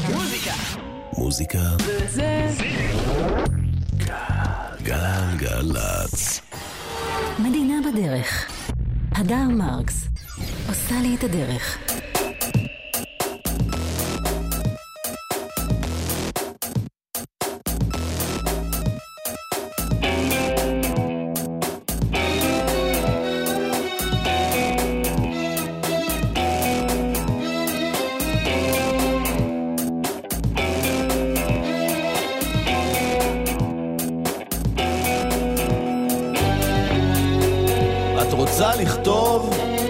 מוזיקה זה גלגלצ. מדינה בדרך. הדר מרקס עושה לי את הדרך. רוצה לכתוב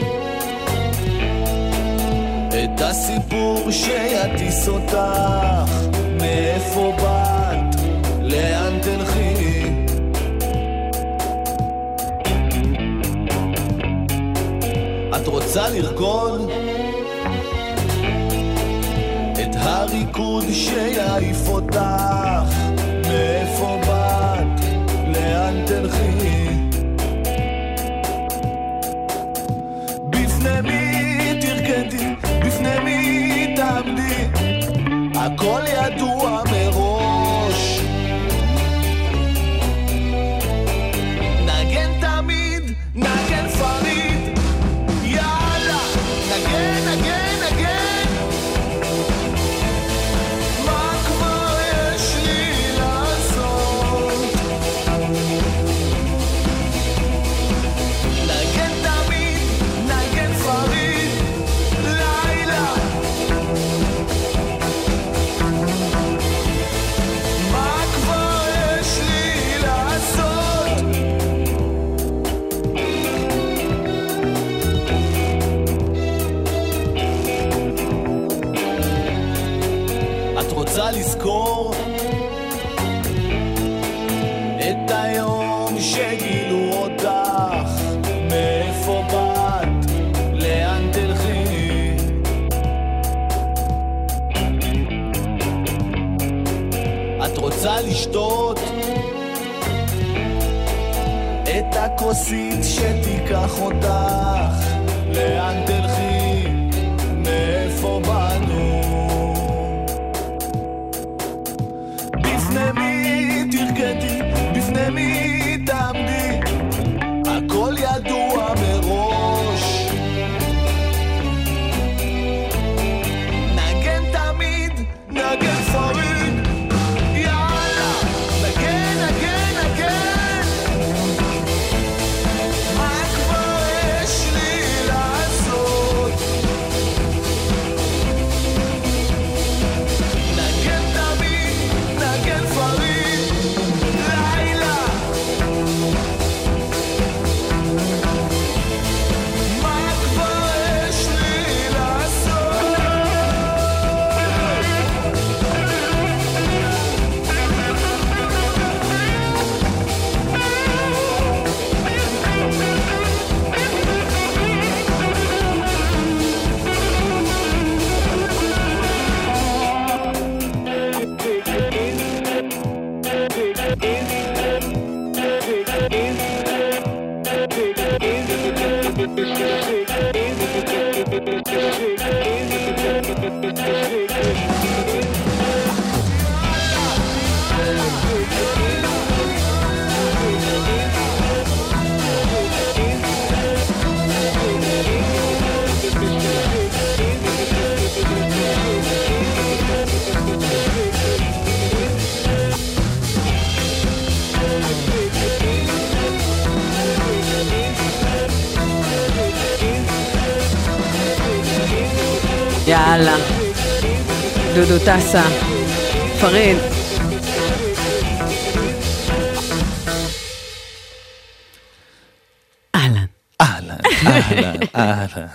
את הסיפור שיטיס אותך, מאיפה באת, לאן תלכי. את רוצה לרקוד את הריקוד שיעיף אותך, מאיפה באת, לאן תלכי. בפני מי תרקדי, בפני מי תעמדי, הכל ידוע מראש. נגן תמיד, נגן פריד, יאללה, נגן, נגן, נגן. מה כבר יש לי לעשות? נגן תמיד, נגן פריד, לילה. מה כבר יש לי לעשות? את רוצה לזכור את היום שגילו אותך, מאיפה באת, לאן תלכי. את רוצה לשתות את הכוסית שתיקח אותך, לאן תלכי, מאיפה באנו. בפני מי תרקדי, בפני מי תעמדי, הכל ידוע מראש. נגן תמיד, נגן פריד, יאללה, נגן, נגן, נגן. מה כבר יש לי לעשות? נגן תמיד, נגן פריד, לילה. מה כבר יש לי לעשות? יאללה, דודו טסה, פריד. אהלן. אהלן, אהלן, אהלן.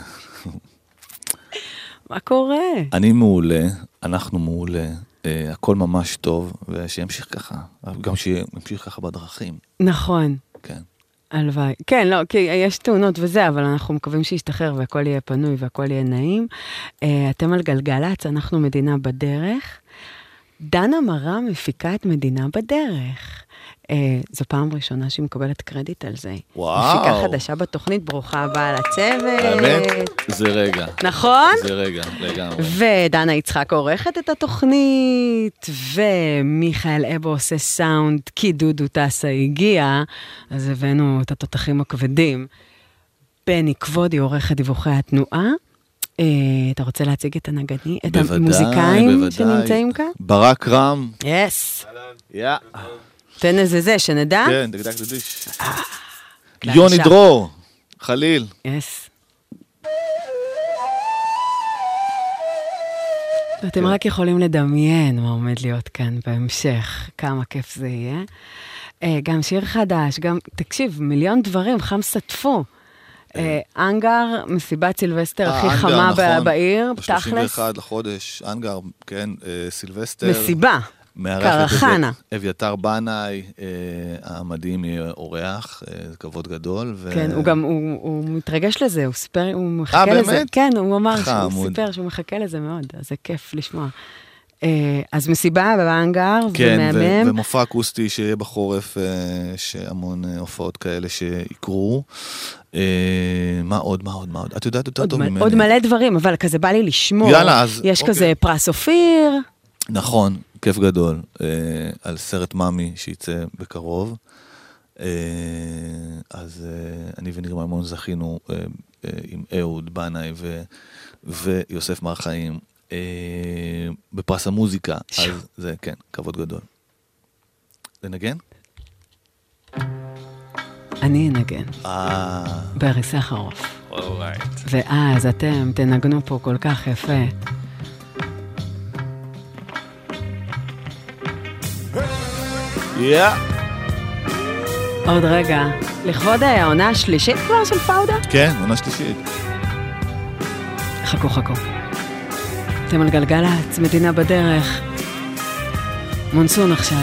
מה קורה? אני מעולה, אנחנו מעולה, הכל ממש טוב, ושימשיך ככה, גם שימשיך ככה בדרכים. נכון. כן. הלוואי. כן, לא, כי יש תאונות וזה, אבל אנחנו מקווים שישתחרר והכל יהיה פנוי והכל יהיה נעים. אתם על גלגלצ, אנחנו מדינה בדרך. דנה מרה מפיקה את מדינה בדרך. זו פעם ראשונה שהיא מקבלת קרדיט על זה. וואו. מפיקה חדשה בתוכנית, ברוכה הבאה לצוות. האמת, זה רגע. נכון? זה רגע, לגמרי. ודנה יצחק עורכת את התוכנית, ומיכאל אבו עושה סאונד, כי דודו טסה הגיע, אז הבאנו את התותחים הכבדים. בני כבודי עורכת דיווחי התנועה. אתה רוצה להציג את הנגני, את המוזיקאים שנמצאים כאן? ברק רם. יס. יא. תן איזה זה, שנדע? כן, דקדק דדיש. יוני דרור. חליל. יס. ואתם רק יכולים לדמיין מה עומד להיות כאן בהמשך, כמה כיף זה יהיה. גם שיר חדש, גם, תקשיב, מיליון דברים, חם סטפו. אנגר, מסיבת סילבסטר הכי חמה בעיר, תכלס. ב-31 לחודש, אנגר, כן, סילבסטר. מסיבה, קרחנה. אביתר בנאי, המדהים יהיה אורח, זה כבוד גדול. כן, הוא גם, הוא מתרגש לזה, הוא סיפר, הוא מחכה לזה. באמת? כן, הוא אמר, הוא סיפר שהוא מחכה לזה מאוד, אז זה כיף לשמוע. אז מסיבה באנגר, כן, ומופע אקוסטי שיהיה בחורף, שהמון הופעות כאלה שיקרו. מה עוד? את יודעת יותר טוב ממני. עוד מלא דברים, אבל כזה בא לי לשמור. יאללה, אז... יש כזה פרס אופיר. נכון, כיף גדול, על סרט מאמי שיצא בקרוב. אז אני וניר מימון זכינו עם אהוד בנאי ויוסף מר חיים. בפרס המוזיקה, אז זה, כן, כבוד גדול. לנגן? אני אנגן. ברי סחרוף. ואז אתם תנגנו פה כל כך יפה. עוד רגע, לכבוד העונה השלישית כבר של פאודה? כן, עונה שלישית. חכו. אתם על גלגלצ, מדינה בדרך. מונסון עכשיו.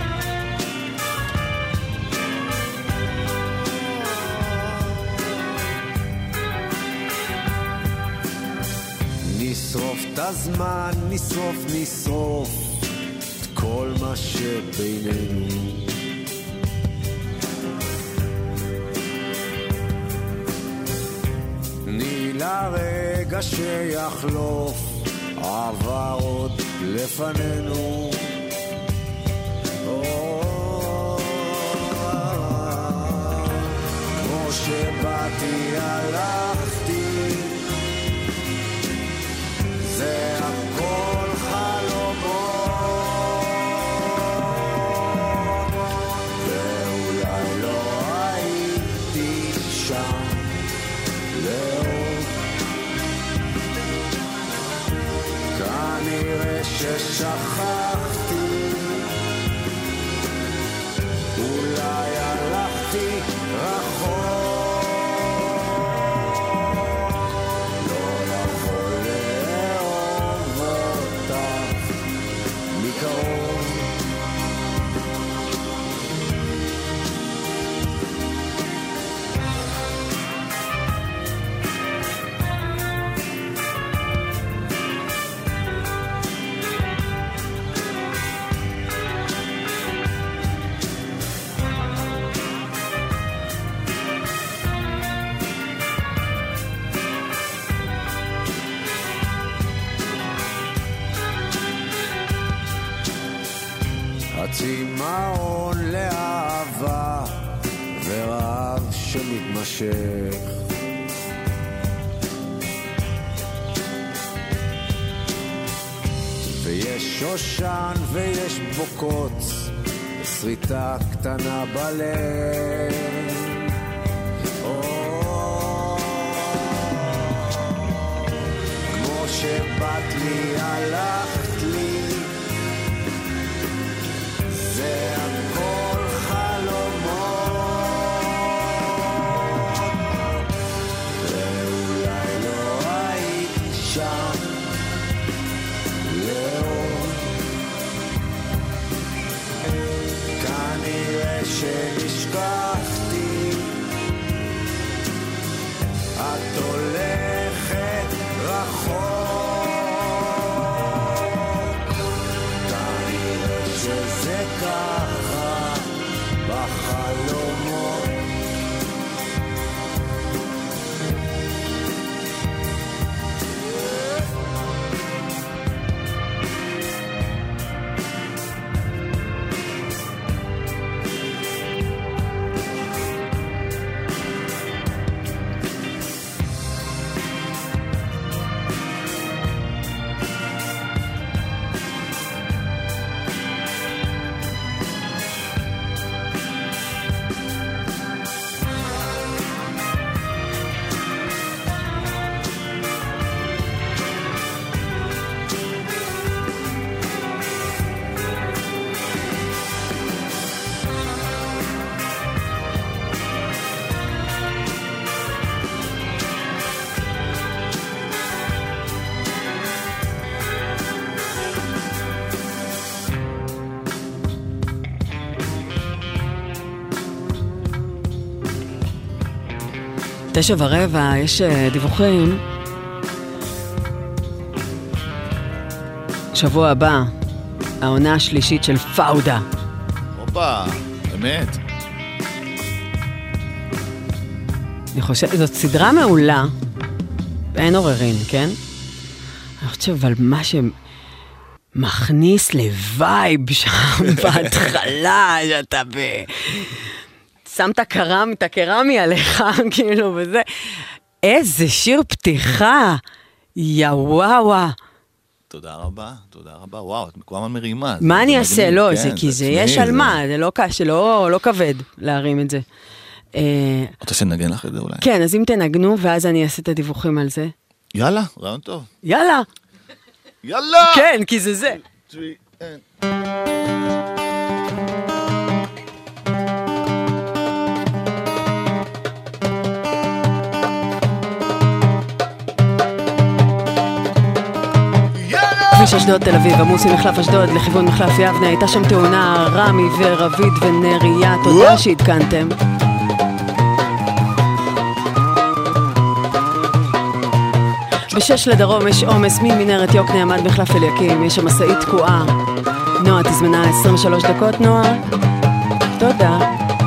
נשרוף את הזמן, נשרוף את כל מה שבינינו. תני לרגע שיחלוף, עבר עוד לפנינו. כמו שבאתי הלכתי, זה הכל חלומות, ואולי לא הייתי שם לאור, כנראה ששכחתי, אולי הלכתי רחוק, לא יכול לאהוב אותך מקרוב. צמאון לאהבה ורעב שמתמשך, ויש שושן ויש בוקוץ, שריטה קטנה בלב. כמו שבאת לי הלכת לי, זה הכל חלומות, ואולי לא היית שם לאור, כנראה שנשכחתי, את הולכת רחוק, כנראה שזה ככה, 9:15, יש דיווחים. שבוע הבא, העונה השלישית של פאודה. הופה, באמת. אני חושבת, זאת סדרה מעולה, אין עוררין, כן? אני חושבת אבל מה שמכניס לווייב שם בהתחלה, שאתה שם את הקרמי עליך, כאילו, וזה. איזה שיר פתיחה, יא וואווה. תודה רבה, וואו, את כל הזמן מרימה. מה אני אעשה? לא, כי זה יש על מה, זה לא קשה, לא כבד להרים את זה. רוצה שנגן לך את זה אולי? כן, אז אם תנגנו, ואז אני אעשה את הדיווחים על זה. יאללה, רעיון טוב. יאללה! יאללה! כן, כי זה זה. 3 and... כביש אשדוד תל אביב, עמוס ממחלף אשדוד לכיוון מחלף יבנה, הייתה שם תאונה, רמי ורביד ונריה, תודה שהתקנתם. ב6 לדרום יש עומס ממנהרת יוקנעם עד מחלף אליקים, יש שם מסעית תקועה. נועה תזמנה 23 דקות, נועה. תודה.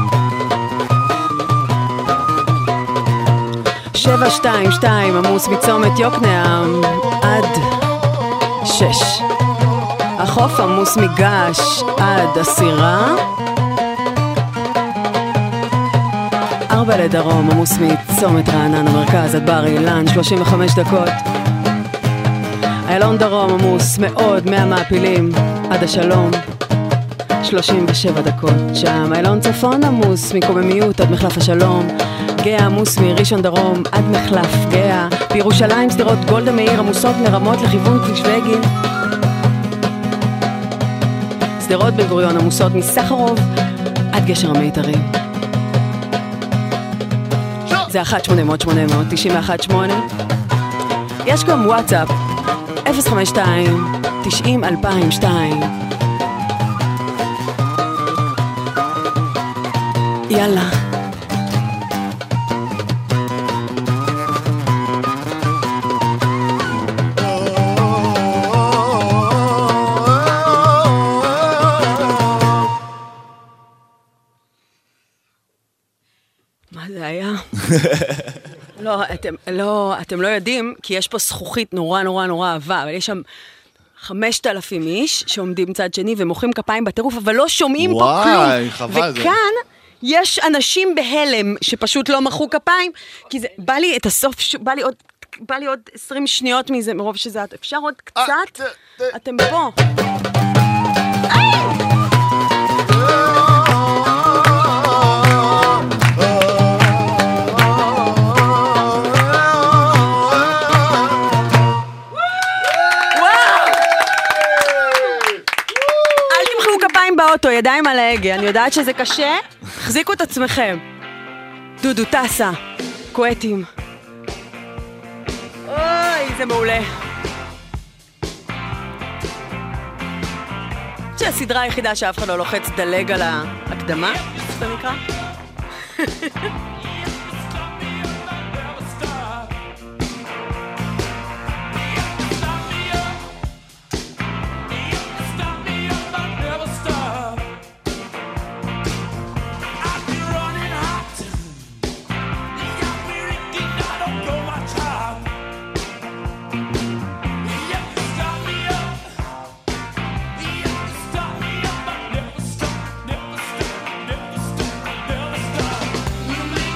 722 עמוס מצומת יוקנעם עד 6. החוף עמוס מגש עד 10. 4 לדרום עמוס מצומת רענן המרכז עד בר אילן 35 דקות. איילון דרום עמוס מאוד מהמעפילים עד השלום 37 דקות שם. איילון צפון עמוס מקוממיות עד מחלף השלום. גאה עמוס מראשון דרום עד מחלף גאה. בירושלים שדרות גולדה מאיר עמוסות מרמות לכיוון כביש בגין. שדרות בן גוריון עמוסות מסחרוב עד גשר המיתרים. זה 1-800-800-918. יש גם וואטסאפ 052-90-2002. יאללה. מה זה היה? אתם לא יודעים, כי יש פה זכוכית נורא נורא נורא עבה, אבל יש שם 5,000 איש שעומדים צד שני ומוחאים כפיים בטירוף, אבל לא שומעים פה כלום. וואי, חבל זה. וכאן יש אנשים בהלם שפשוט לא מחאו כפיים, כי זה, בא לי את הסוף, בא לי עוד 20 שניות מזה, מרוב שזה, אפשר עוד קצת? אתם פה. באוטו, ידיים על ההגה, אני יודעת שזה קשה, תחזיקו את עצמכם. דודו, טסה, קואטים. אוי, זה מעולה. שהסדרה היחידה שאף אחד לא לוחץ דלג על ההקדמה, זה נקרא. You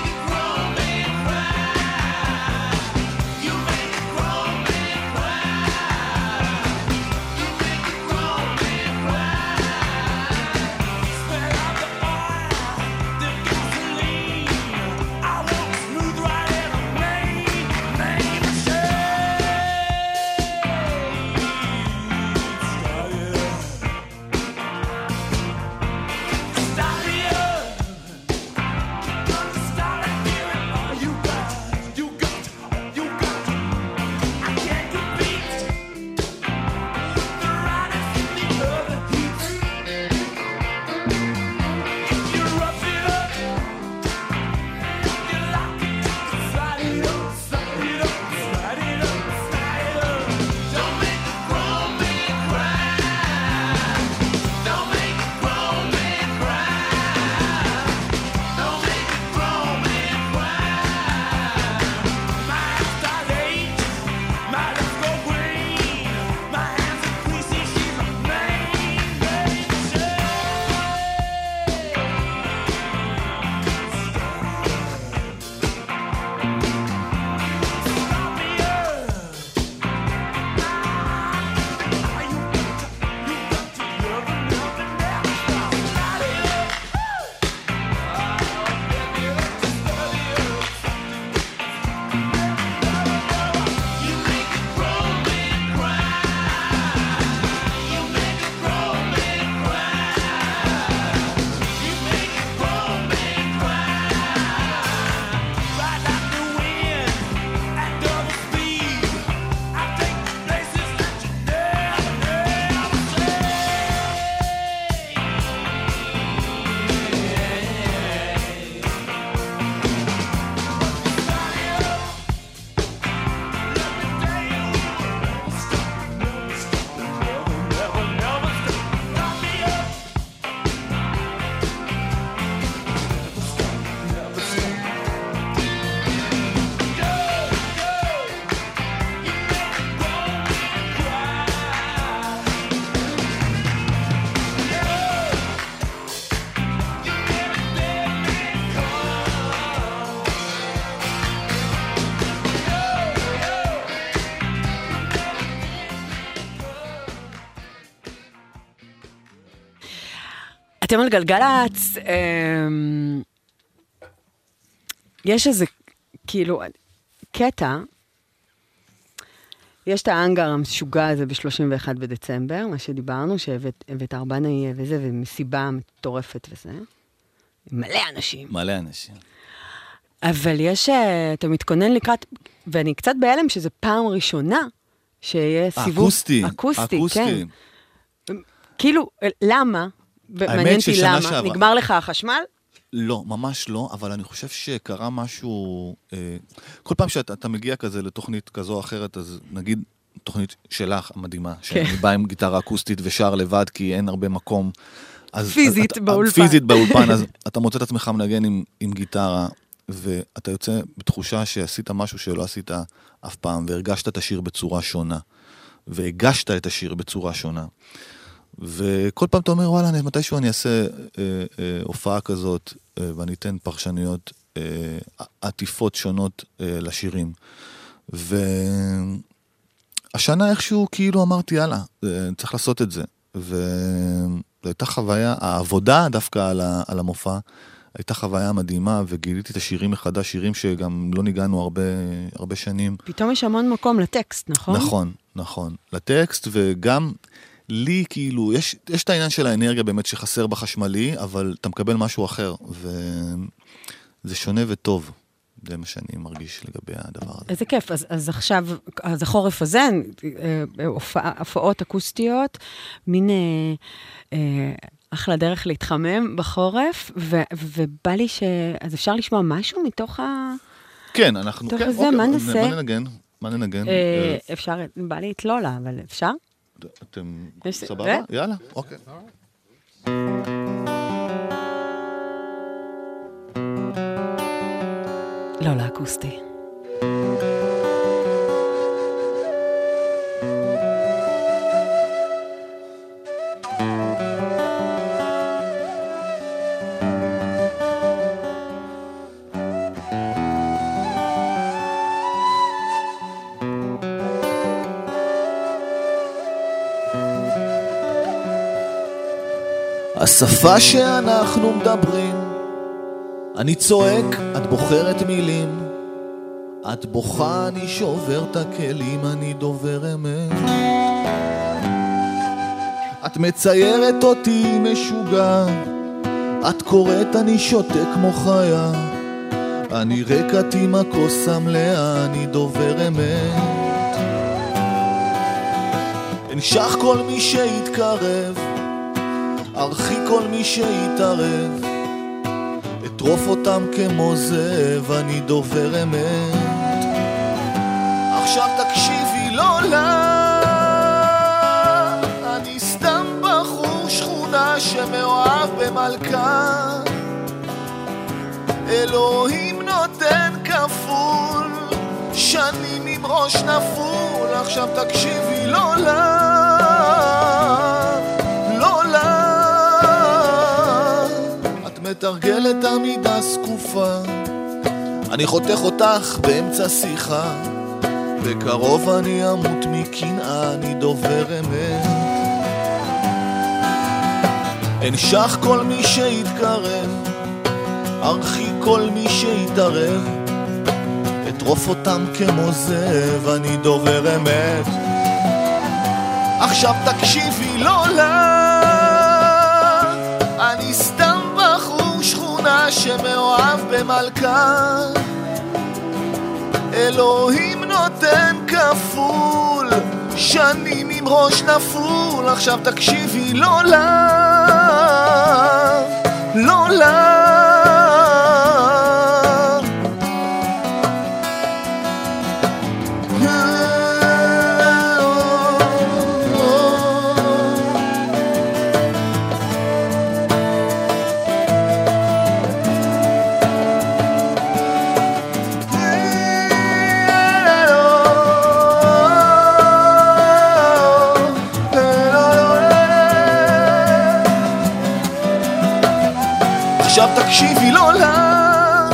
אתם על גלגלצ, יש איזה, כאילו, קטע, יש את האנגר המשוגע הזה ב-31 בדצמבר, מה שדיברנו, שהבאת 4 נאי וזה, ומסיבה מטורפת וזה. מלא אנשים. מלא אנשים. אבל יש, אתה מתכונן לקראת, ואני קצת בהלם שזה פעם ראשונה, שיהיה סיבוב... אקוסטי, כן. כאילו, למה? מעניין אותי למה. נגמר לך החשמל? לא, ממש לא, אבל אני חושב שקרה משהו... כל פעם שאתה מגיע כזה לתוכנית כזו או אחרת, אז נגיד תוכנית שלך המדהימה, שאני בא עם גיטרה אקוסטית ושר לבד, כי אין הרבה מקום. פיזית באולפן. פיזית באולפן, אז אתה מוצא את עצמך מנגן עם גיטרה, ואתה יוצא בתחושה שעשית משהו שלא עשית אף פעם, והרגשת את השיר בצורה שונה, והגשת את השיר בצורה שונה. וכל פעם אתה אומר, וואלה, מתישהו אני אעשה הופעה כזאת, ואני אתן פרשניות עטיפות שונות לשירים. והשנה איכשהו כאילו אמרתי, יאללה, צריך לעשות את זה. וזו הייתה חוויה, העבודה דווקא על המופע, הייתה חוויה מדהימה, וגיליתי את השירים מחדש, שירים שגם לא ניגענו הרבה שנים. פתאום יש המון מקום לטקסט, נכון? נכון. לטקסט, וגם לי כאילו, יש את העניין של האנרגיה באמת שחסר בחשמלי, אבל אתה מקבל משהו אחר, וזה שונה וטוב. זה מה שאני מרגיש לגבי הדבר הזה. איזה כיף. אז עכשיו, אז החורף הזה, הופעות אקוסטיות, מין אחלה דרך להתחמם בחורף, ובא לי אז אפשר לשמוע משהו מתוך כן, אנחנו... מתוך זה, מה נעשה? מה ננגן? אפשר, בא לי את לולה, אבל אפשר? אתם סבבה? יאללה, אוקיי. לולה אקוסטי. השפה שאנחנו מדברים, אני צועק, את בוחרת מילים, את בוכה, אני שובר את הכלים, אני דובר אמת. את מציירת אותי משוגע, את קוראת, אני שותה כמו חיה, אני רקת עם הכוס המלאה, אני דובר אמת. הנשך כל מי שיתקרב, ארחי כל מי שיתערב, אטרוף אותם כמו זאב, אני דובר אמת. עכשיו תקשיבי לא לה, אני סתם בחור שכונה שמאוהב במלכה, אלוהים נותן כפול, שנים עם ראש נפול. עכשיו תקשיבי לא לה, מתרגלת עמידה סקופה, אני חותך אותך באמצע שיחה, בקרוב אני אמות מקנאה, אני דובר אמת. הנשך כל מי שיתקרב, ארחי כל מי שיתערב, אטרוף אותם כמו זאב, אני דובר אמת. עכשיו תקשיבי לא לה, אני סתם שכונה שמאוהב במלכה, אלוהים נותן כפול, שנים עם ראש נפול. עכשיו תקשיבי לא לה, לא לה. עכשיו תקשיבי לא לה,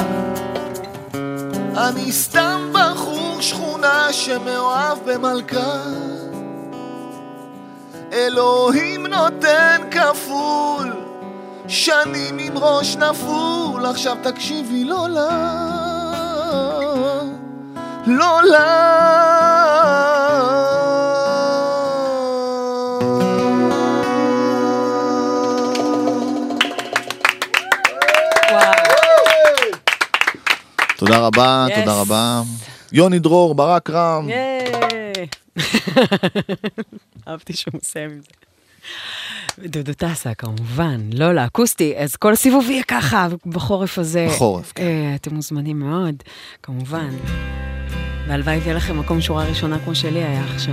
אני סתם בחור שכונה שמאוהב במלכה, אלוהים נותן כפול, שנים עם ראש נפול, עכשיו תקשיבי לולה, לולה. תודה רבה, תודה רבה. יוני דרור, ברק רם. אהבתי שהוא מסיים עם זה. דודו טסה, כמובן, לא לאקוסטי, אז כל סיבוב יהיה ככה, בחורף הזה. בחורף, כן. אתם מוזמנים מאוד, כמובן. והלוואי יהיה לכם מקום שורה ראשונה כמו שלי היה עכשיו.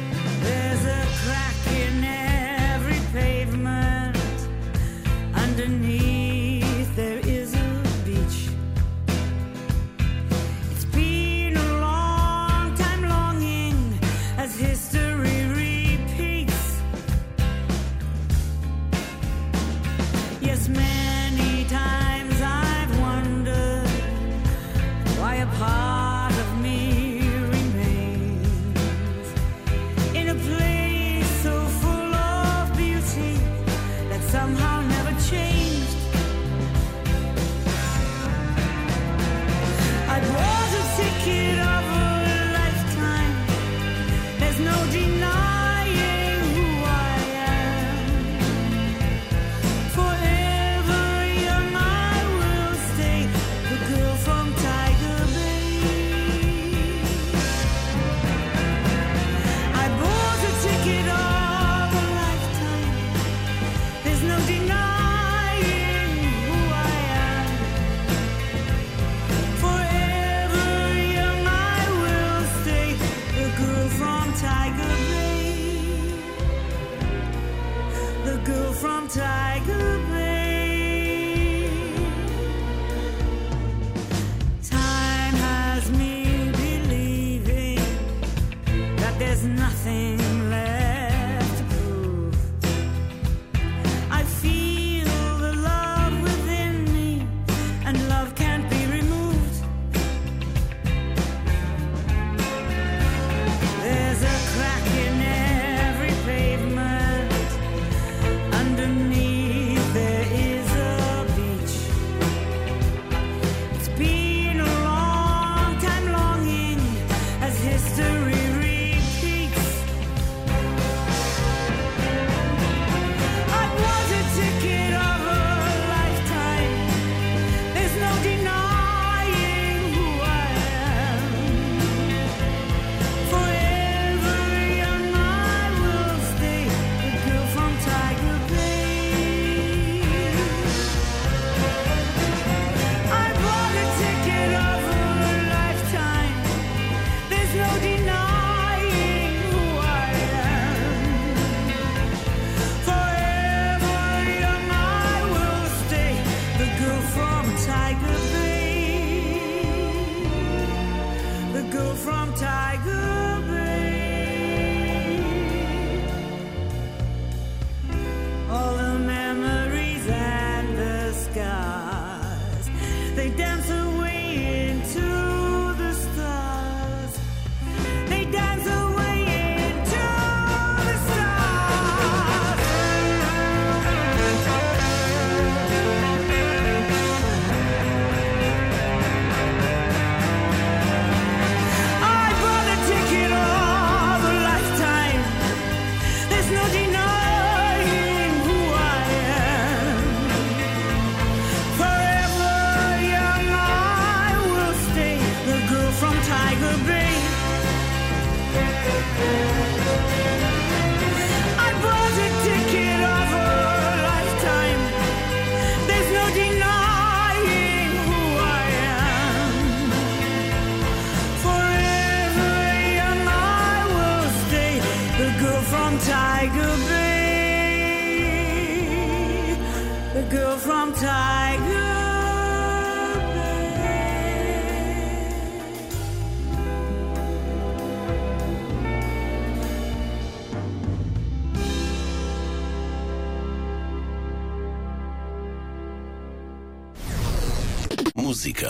מוזיקה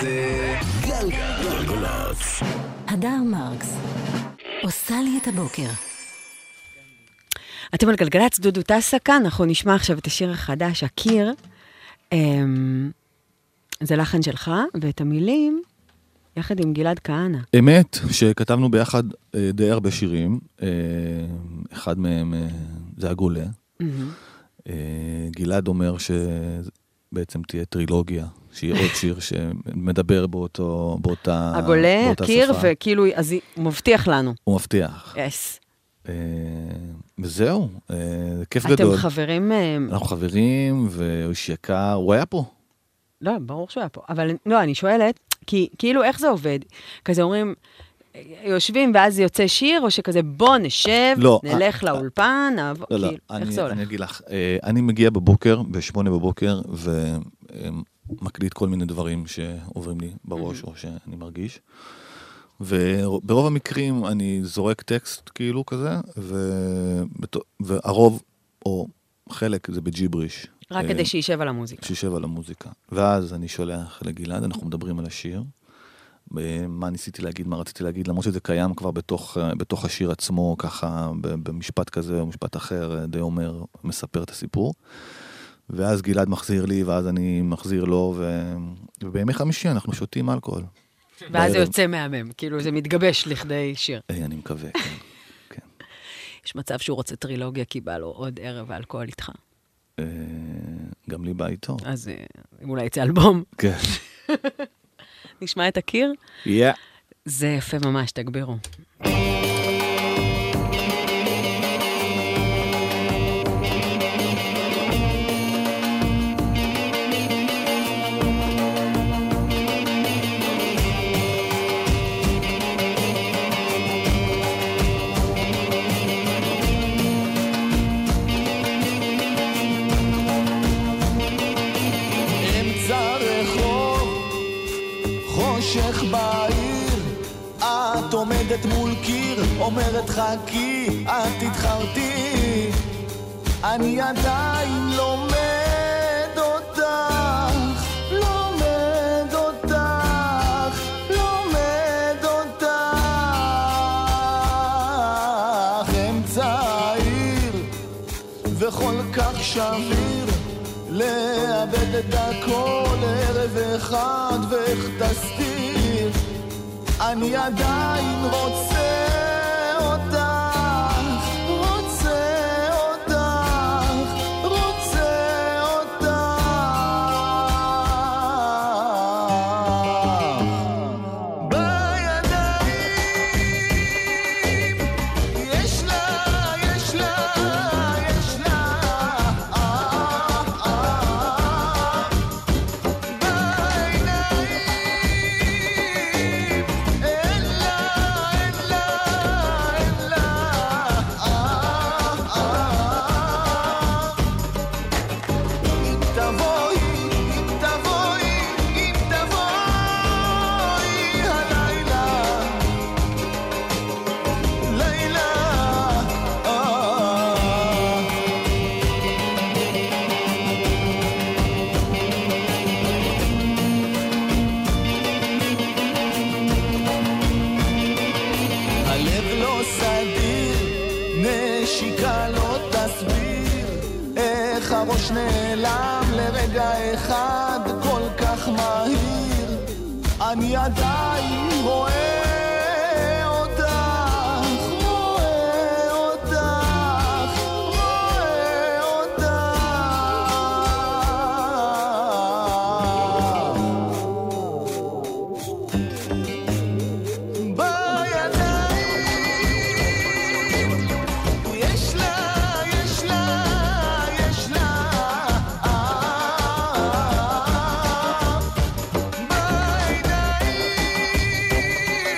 זה גלגלצ. הדר מרקס עושה לי את הבוקר. אתם על גלגלצ, דודו טסה כאן, אנחנו נשמע עכשיו את השיר החדש, הקיר. זה לחן שלך, ואת המילים, יחד עם גלעד כהנא. אמת, שכתבנו ביחד די הרבה שירים, אחד מהם זה הגולה. גלעד אומר שבעצם תהיה טרילוגיה, שיהיה עוד שיר שמדבר באותה שפה. הגולה, הקיר, וכאילו, אז הוא מבטיח לנו. הוא מבטיח. Yes. וזהו, זה כיף גדול. אתם חברים? אנחנו חברים, והוא איש יקר, הוא היה פה. לא, ברור שהוא היה פה. אבל לא, אני שואלת, כי כאילו איך זה עובד? כזה אומרים, יושבים ואז יוצא שיר, או שכזה בוא נשב, נלך לאולפן, לא, אני אגיד לך, אני מגיע בבוקר, ב8 בבוקר, ומקליט כל מיני דברים שעוברים לי בראש, או שאני מרגיש. וברוב המקרים אני זורק טקסט כאילו כזה, והרוב, או חלק, זה בג'יבריש. רק כדי שישב על המוזיקה. שישב על המוזיקה. ואז אני שולח לגלעד, אנחנו מדברים על השיר, מה ניסיתי להגיד, מה רציתי להגיד, למרות שזה קיים כבר בתוך השיר עצמו, ככה במשפט כזה או משפט אחר, די אומר, מספר את הסיפור. ואז גלעד מחזיר לי, ואז אני מחזיר לו, ובימי חמישי אנחנו שותים אלכוהול. ואז זה יוצא מהמם, כאילו זה מתגבש לכדי שיר. אני מקווה, כן. יש מצב שהוא רוצה טרילוגיה, כי בא לו עוד ערב אלכוהול איתך. גם לי בא איתו. אז אם אולי יצא אלבום. כן. נשמע את הקיר? כן. זה יפה ממש, תגבירו. חושך בעיר, את עומדת מול קיר, אומרת חכי, את תתחרתי, אני עדיין לומד אותך, לומד אותך, לומד אותך. אמצע העיר וכל כך שביר, לאבד את הכל ערב אחד ואיך תסתיר, אני עדיין רוצה אותך, רוצה אותך, רוצה אותך. בידיים יש לה, יש לה, יש לה, הראש נעלם לרגע אחד כל כך מהיר, אני עדיין רואה אותך, רואה אותך, רואה אותך. בידיים יש לה, יש לה, יש לה, בעיניים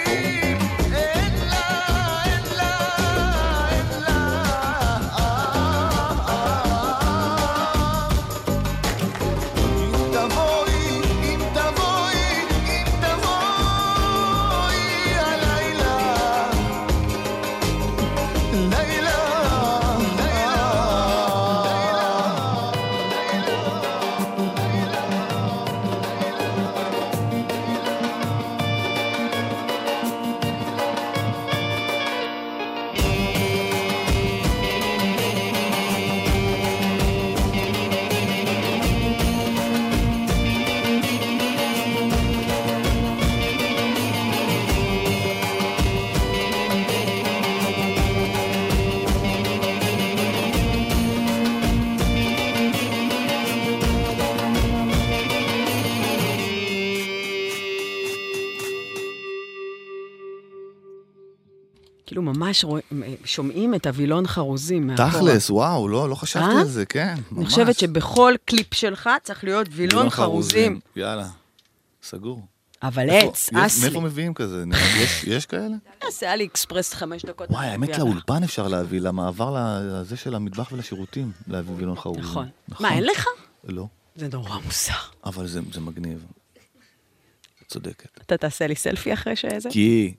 ממש שומעים את הווילון חרוזים מאחורה. תכלס, וואו, לא חשבתי על זה, כן, ממש. אני חושבת שבכל קליפ שלך צריך להיות וילון חרוזים. יאללה, סגור. אבל עץ, אסלי. מאיפה מביאים כזה? יש כאלה? נעשה לי אקספרס 5 דקות. וואי, האמת לאולפן אפשר להביא, למעבר לזה של המטבח ולשירותים, להביא וילון חרוזים. נכון. מה, אין לך? לא. זה נורא מוזר. אבל זה מגניב. צודקת. אתה תעשה לי סלפי אחרי שזה? כי.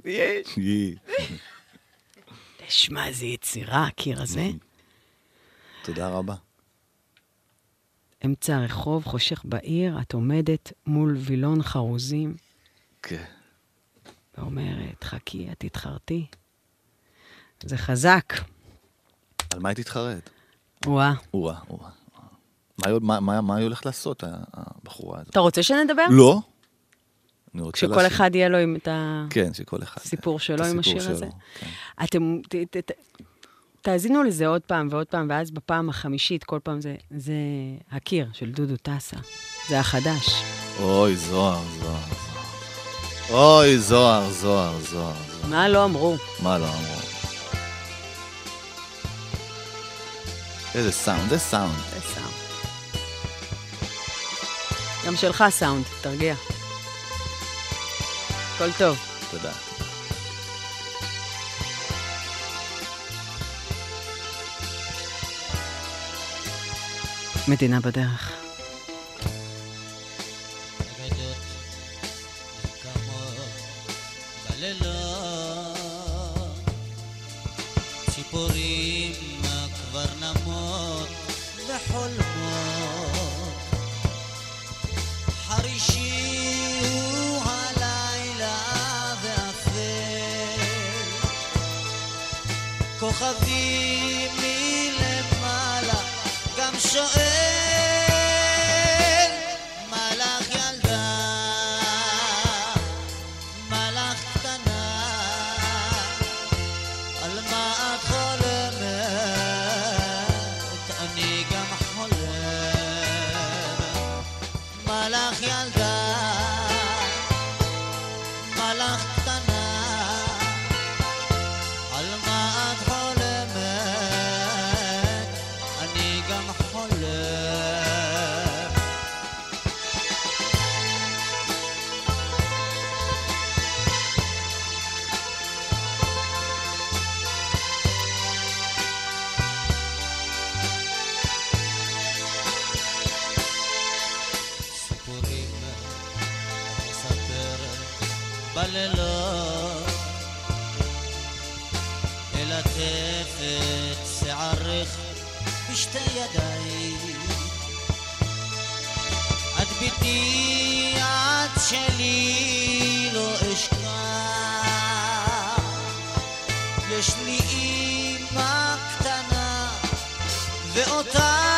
תשמע, זה יצירה, הקיר הזה. תודה רבה. אמצע הרחוב, חושך בעיר, את עומדת מול וילון חרוזים. כן. ואומרת, חכי, את תתחרתי. זה חזק. על מה היא תתחרט? וואה. מה היא הולכת לעשות, הבחורה הזאת? אתה רוצה שנדבר? לא. שכל אחד יהיה לו עם את כן, שכל אחד. הסיפור שלו עם השיר הזה. כן. אתם תאזינו לזה עוד פעם ועוד פעם, ואז בפעם החמישית, כל פעם זה הקיר של דודו טסה. זה החדש. אוי, זוהר. אוי, זוהר. מה לא אמרו? איזה סאונד, זה סאונד. גם שלך סאונד, תרגיע. הכל טוב. תודה. מדינה בדרך. אגדות נרקמות בלילות, ציפורים כבר נמות וחולמות, חרישי הוא הלילה ואפל, כוכבים מלמעלה גם שואל, מלאך ילדה, מלאך קטנה, על מה את חולמת? אני גם חולם. מלאך ילדה, מלאך קטנה, על מה את חולמת? אני גם חולם. סיפורים מספרת בלילות, אלטף את שערך בשתי ידיי, את ביתי, את שלי, לא אשכח. יש לי אמא קטנה ואותך,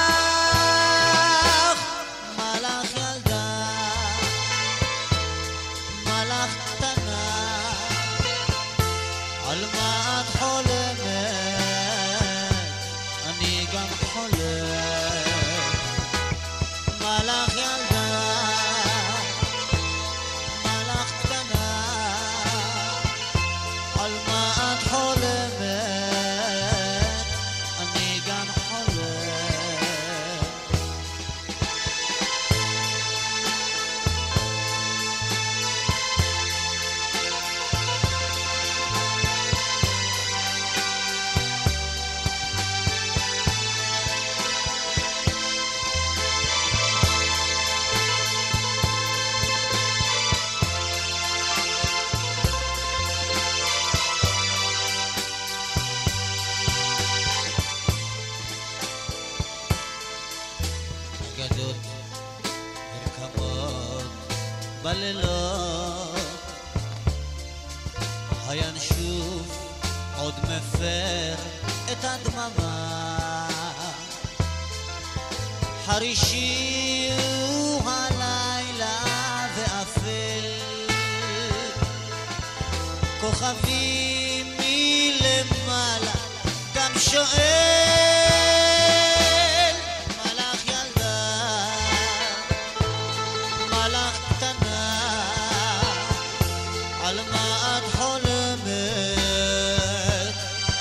מלאך ילדה, מלאך קטנה, על מה את חולמת? אני גם חולם. מלאך ילדה, מלאך קטנה, על מה את חולמת? אני גם חולם. אגדות נרקמות בלילות, הינשוף עוד מפר את הדממה, חרישי הוא הלילה ואפל, כוכבים מלמעלה גם שואל, מלאך ילדה, מלאך קטנה, על מה את חולמת?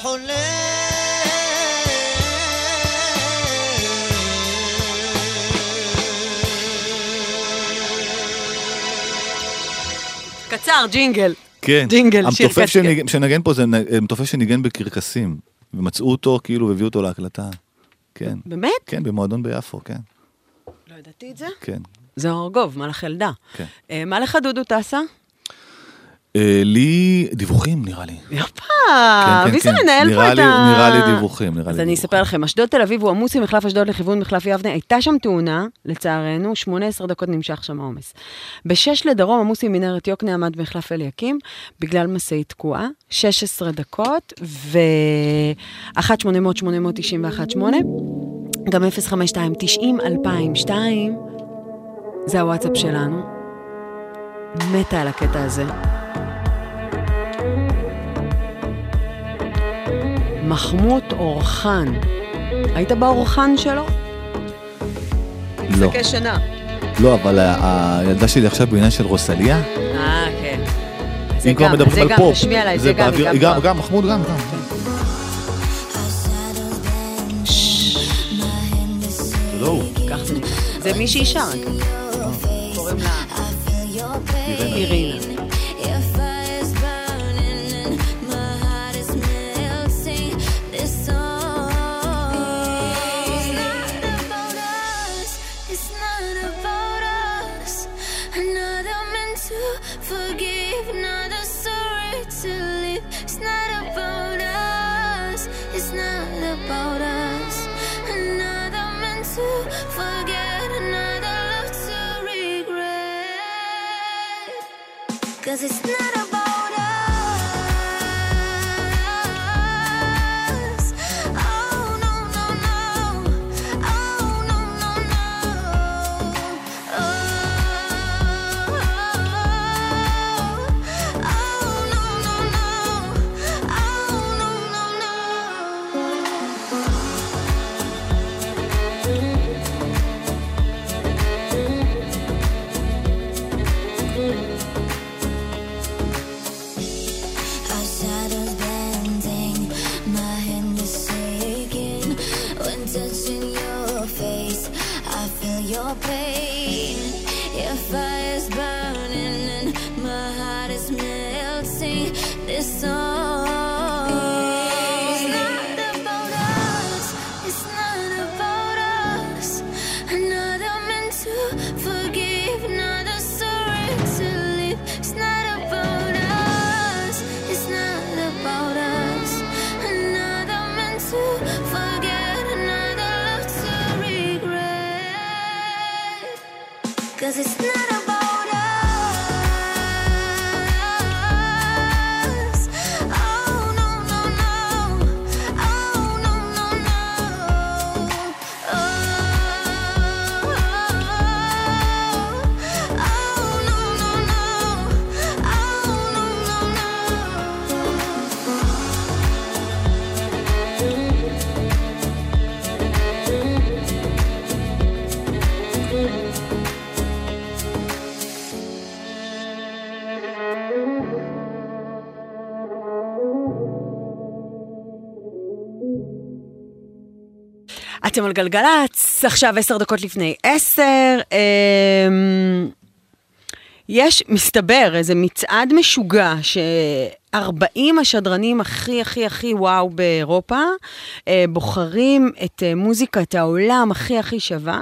קצר, ג'ינגל. כן. ג'ינגל, שיר המתופף קצר. שנגן פה זה מתופף שניגן בקרקסים, ומצאו אותו כאילו והביאו אותו להקלטה. כן. באמת? כן, במועדון ביפו, כן. לא ידעתי את זה. כן. זה ארגוב, מלך ילדה. כן. מה לך דודו טסה? לי דיווחים נראה לי. יפה, כן, מי זה כן. מנהל פה את ה... נראה לי דיווחים. אז אני אספר לכם, אשדוד תל אביב הוא עמוס ממחלף אשדוד לכיוון מחלף יבנה, הייתה שם תאונה, לצערנו, 18 דקות נמשך שם העומס. ב-6 לדרום עמוס ממנהרת יוקנעם עד מחלף אליקים, בגלל משאית תקועה, 16 דקות, ו-1-800-891-8, גם 052-90-2002, זה הוואטסאפ שלנו. מתה על הקטע הזה. מחמוד אורחן. היית באורחן שלו? לא. שקי שנה. לא, אבל הילדה שלי עכשיו בעניין של רוסליה. כן. אם כבר מדברים על פופ. תשמיע עליי, זה גם. גם, מחמוד גם. זה לא הוא. כך זה נקרא. זה מי שאישה רק. קוראים לה אירינה. Cause it's not about us. Oh, no, no, no. Oh, no, no, no. Oh, no, no, no. Oh, no, no, no. Pain, your fire's burning and my heart is melting. This song is not about us. It's not about us. Another man to forgive, another story to live. It's not about us. It's not about us. Another man to forget, another love to regret. Cause it's not about us. Oh, no, no, no. Oh, no, no, no. Oh, no, no, no. Oh, no, no, no. אתם על גלגלץ, עכשיו 10 דקות לפני 10, יש, מסתבר, איזה מצעד משוגע, ש40 השדרנים הכי הכי הכי וואו באירופה, בוחרים את מוזיקת העולם הכי הכי שווה.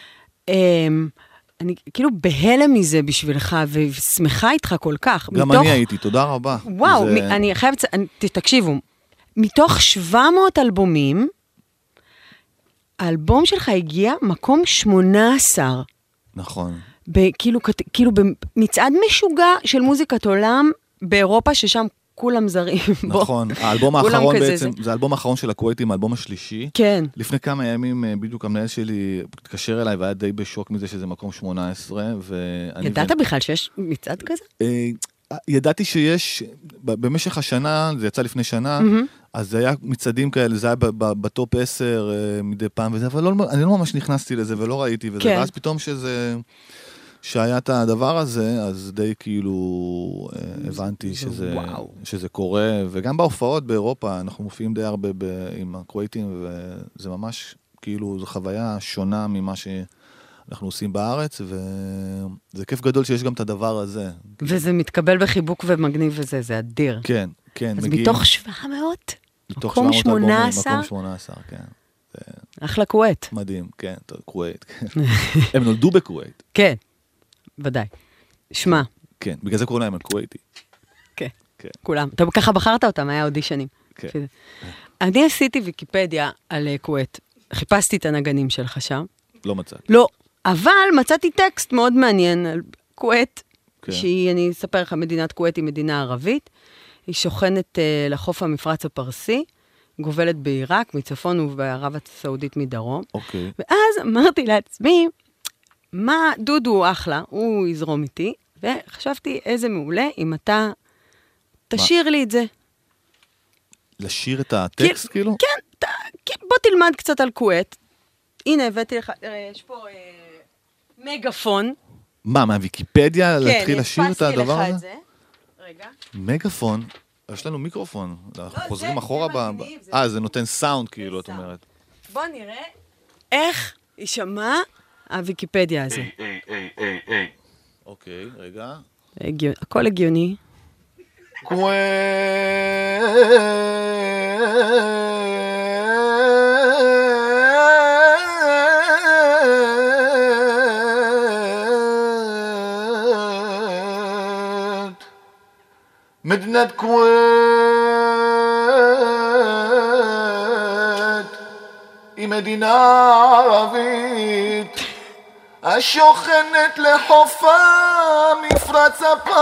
אני כאילו בהלם מזה בשבילך, ושמחה איתך כל כך. גם אני הייתי, תודה רבה. וואו, אני חייבת, תקשיבו, מתוך 700 אלבומים, האלבום שלך הגיע מקום 18. נכון. כאילו במצעד משוגע של מוזיקת עולם באירופה, ששם כולם זרים. נכון. האלבום האחרון בעצם, זה האלבום האחרון של הקווייטים, האלבום השלישי. כן. לפני כמה ימים בדיוק המנהל שלי התקשר אליי והיה די בשוק מזה שזה מקום 18. ידעת בכלל שיש מצעד כזה? ידעתי שיש, במשך השנה, זה יצא לפני שנה, אז זה היה מצעדים כאלה, זה היה בטופ 10 מדי פעם וזה, אבל אני לא ממש נכנסתי לזה ולא ראיתי וזה, ואז פתאום שהיה את הדבר הזה, אז די כאילו הבנתי שזה קורה, וגם בהופעות באירופה, אנחנו מופיעים די הרבה עם הקווייטים, וזה ממש כאילו, זו חוויה שונה ממה שאנחנו עושים בארץ, וזה כיף גדול שיש גם את הדבר הזה. וזה מתקבל בחיבוק ומגניב וזה, זה אדיר. כן, כן. אז מתוך 700? מתוך מקום 700 מקום 18, כן. אחלה כווית. מדהים, כן, כווית. הם נולדו בכווית. כן, ודאי. שמע. כן, בגלל זה קוראים להם הכוויתי. כן, כן. כולם. אתה ככה בחרת אותם, היה אודישנים. כן. אני עשיתי ויקיפדיה על כווית. חיפשתי את הנגנים שלך שם. לא מצאתי. לא, אבל מצאתי טקסט מאוד מעניין על כווית, כן. שהיא, אני אספר לך, מדינת כווית היא מדינה ערבית. היא שוכנת לחוף המפרץ הפרסי, גובלת בעיראק, מצפון ובערב הסעודית מדרום. אוקיי. ואז אמרתי לעצמי, מה, דודו הוא אחלה, הוא יזרום איתי, וחשבתי איזה מעולה אם אתה תשאיר לי את זה. לשיר את הטקסט כאילו? כן, בוא תלמד קצת על כווית. הנה, הבאתי לך, יש פה מגפון. מה, מהוויקיפדיה להתחיל לשיר את הדבר כן, הדפסתי לך הזה? את זה. רגע. מגפון? יש לנו מיקרופון. אנחנו חוזרים זה אחורה מגניב, זה נותן סאונד כאילו, את אומרת. בוא נראה איך יישמע הוויקיפדיה הזה. אוקיי, רגע. הכל הגיוני. مدينة كويت היא מדינה ערבית השוכנת לחופה מפרץ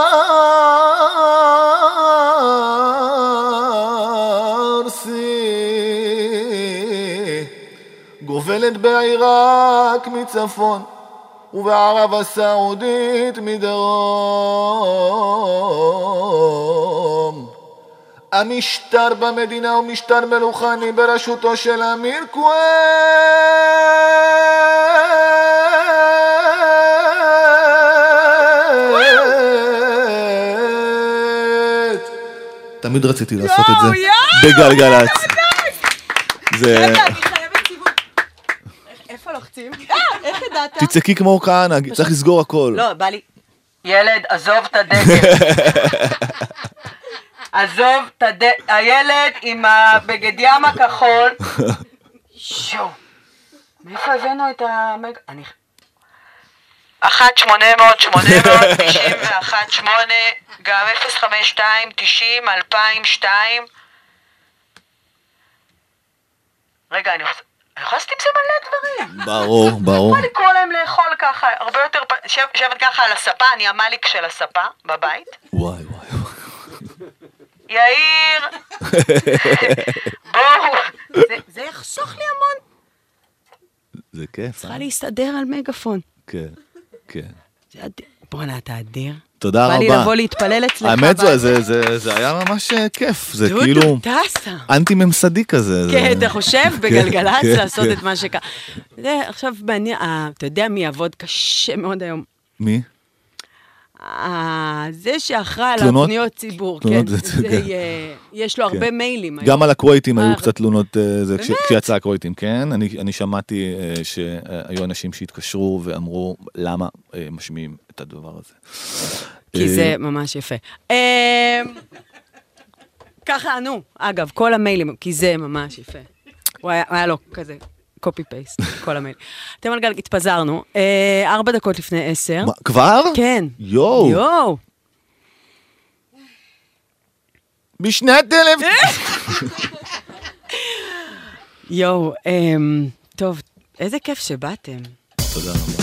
הפרסי גובלת בעיראק מצפון ובערב הסעודית מדרום. המשטר במדינה הוא משטר מלוכני בראשותו של אמיר כווית. תמיד רציתי לעשות את זה בגלגלצ. זה... רגע, אני חייבת סיבוב. איפה לוחצים? איך ידעת? תצעקי כמו כהנא, צריך לסגור הכל. לא, בא לי... ילד, עזוב את הדגל. עזוב את הדגל. הילד עם הבגד ים הכחול. שו. מאיפה הבאנו את המג... אני... 1-800-891-8 גם 052-90-2002 רגע, אני יכולה לעשות עם זה מלא דברים. ברור. אני יכולה לקרוא להם לאכול ככה, הרבה יותר... שבת ככה על הספה, אני המליק של הספה בבית. וואי. יאיר, בואו. זה יחסוך לי המון. זה כיף. צריכה להסתדר על מגפון. כן. בוא'נה, אתה אדיר. תודה רבה. בא לי לבוא להתפלל אצלך. האמת זה היה ממש כיף. זה כאילו... דודו, טסה. אנטי ממסדי כזה. כן, אתה חושב בגלגלצ לעשות את מה שקרה. זה עכשיו מעניין, אתה יודע מי יעבוד קשה מאוד היום? מי? זה שאחראי על תלונות? הפניות ציבור, כן. תלונות זה- יש לו הרבה מיילים היום. גם על הקווייטים היו קצת תלונות, כשיצא הקווייטים, כן? אני שמעתי שהיו אנשים שהתקשרו ואמרו למה משמיעים את הדבר הזה. כי זה ממש יפה. ככה ענו, אגב, כל המיילים, כי זה ממש יפה. הוא היה לו כזה, קופי פייסט, כל המיילים. אתם על גל, התפזרנו, 4 דקות לפני 10. מה, כבר? כן. יואו. בשנת 1000... יואו, טוב, איזה כיף שבאתם. תודה רבה.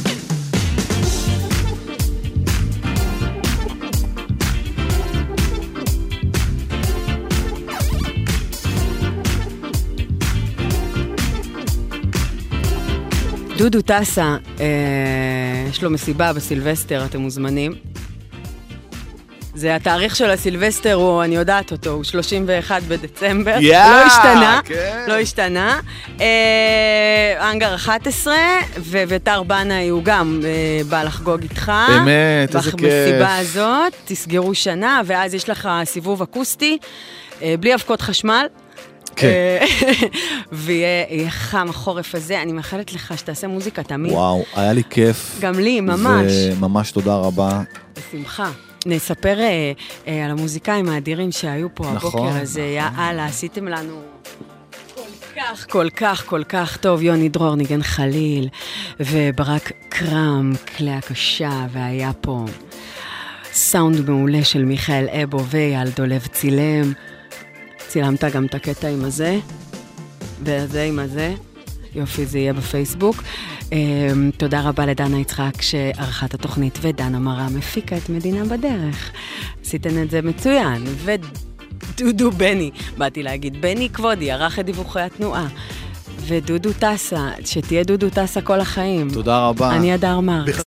דודו טסה, יש לו מסיבה בסילבסטר, אתם מוזמנים. זה התאריך של הסילבסטר, אני יודעת אותו, הוא 31 בדצמבר. לא השתנה, לא השתנה. אנגר 11, וטר בנאי הוא גם בא לחגוג איתך. באמת, איזה כיף. בסיבה הזאת, תסגרו שנה, ואז יש לך סיבוב אקוסטי, בלי אבקות חשמל. כן. ויהיה חם החורף הזה, אני מאחלת לך שתעשה מוזיקה תמיד. וואו, היה לי כיף. גם לי, ממש. וממש תודה רבה. בשמחה. נספר על המוזיקאים האדירים שהיו פה הבוקר הזה, יאללה, עשיתם לנו כל כך טוב. יוני דרור ניגן חליל, וברק קרם, כלי הקשה, והיה פה סאונד מעולה של מיכאל אבו ואייל דולב צילם. צילמת גם את הקטע עם הזה, וזה עם הזה. יופי, זה יהיה בפייסבוק. תודה רבה לדנה יצחק שערכה את התוכנית, ודנה מרה מפיקה את מדינה בדרך. עשיתן את זה מצוין. ודודו בני, באתי להגיד, בני כבודי, ערך את דיווחי התנועה. ודודו טסה, שתהיה דודו טסה כל החיים. תודה רבה. אני הדר מרקס.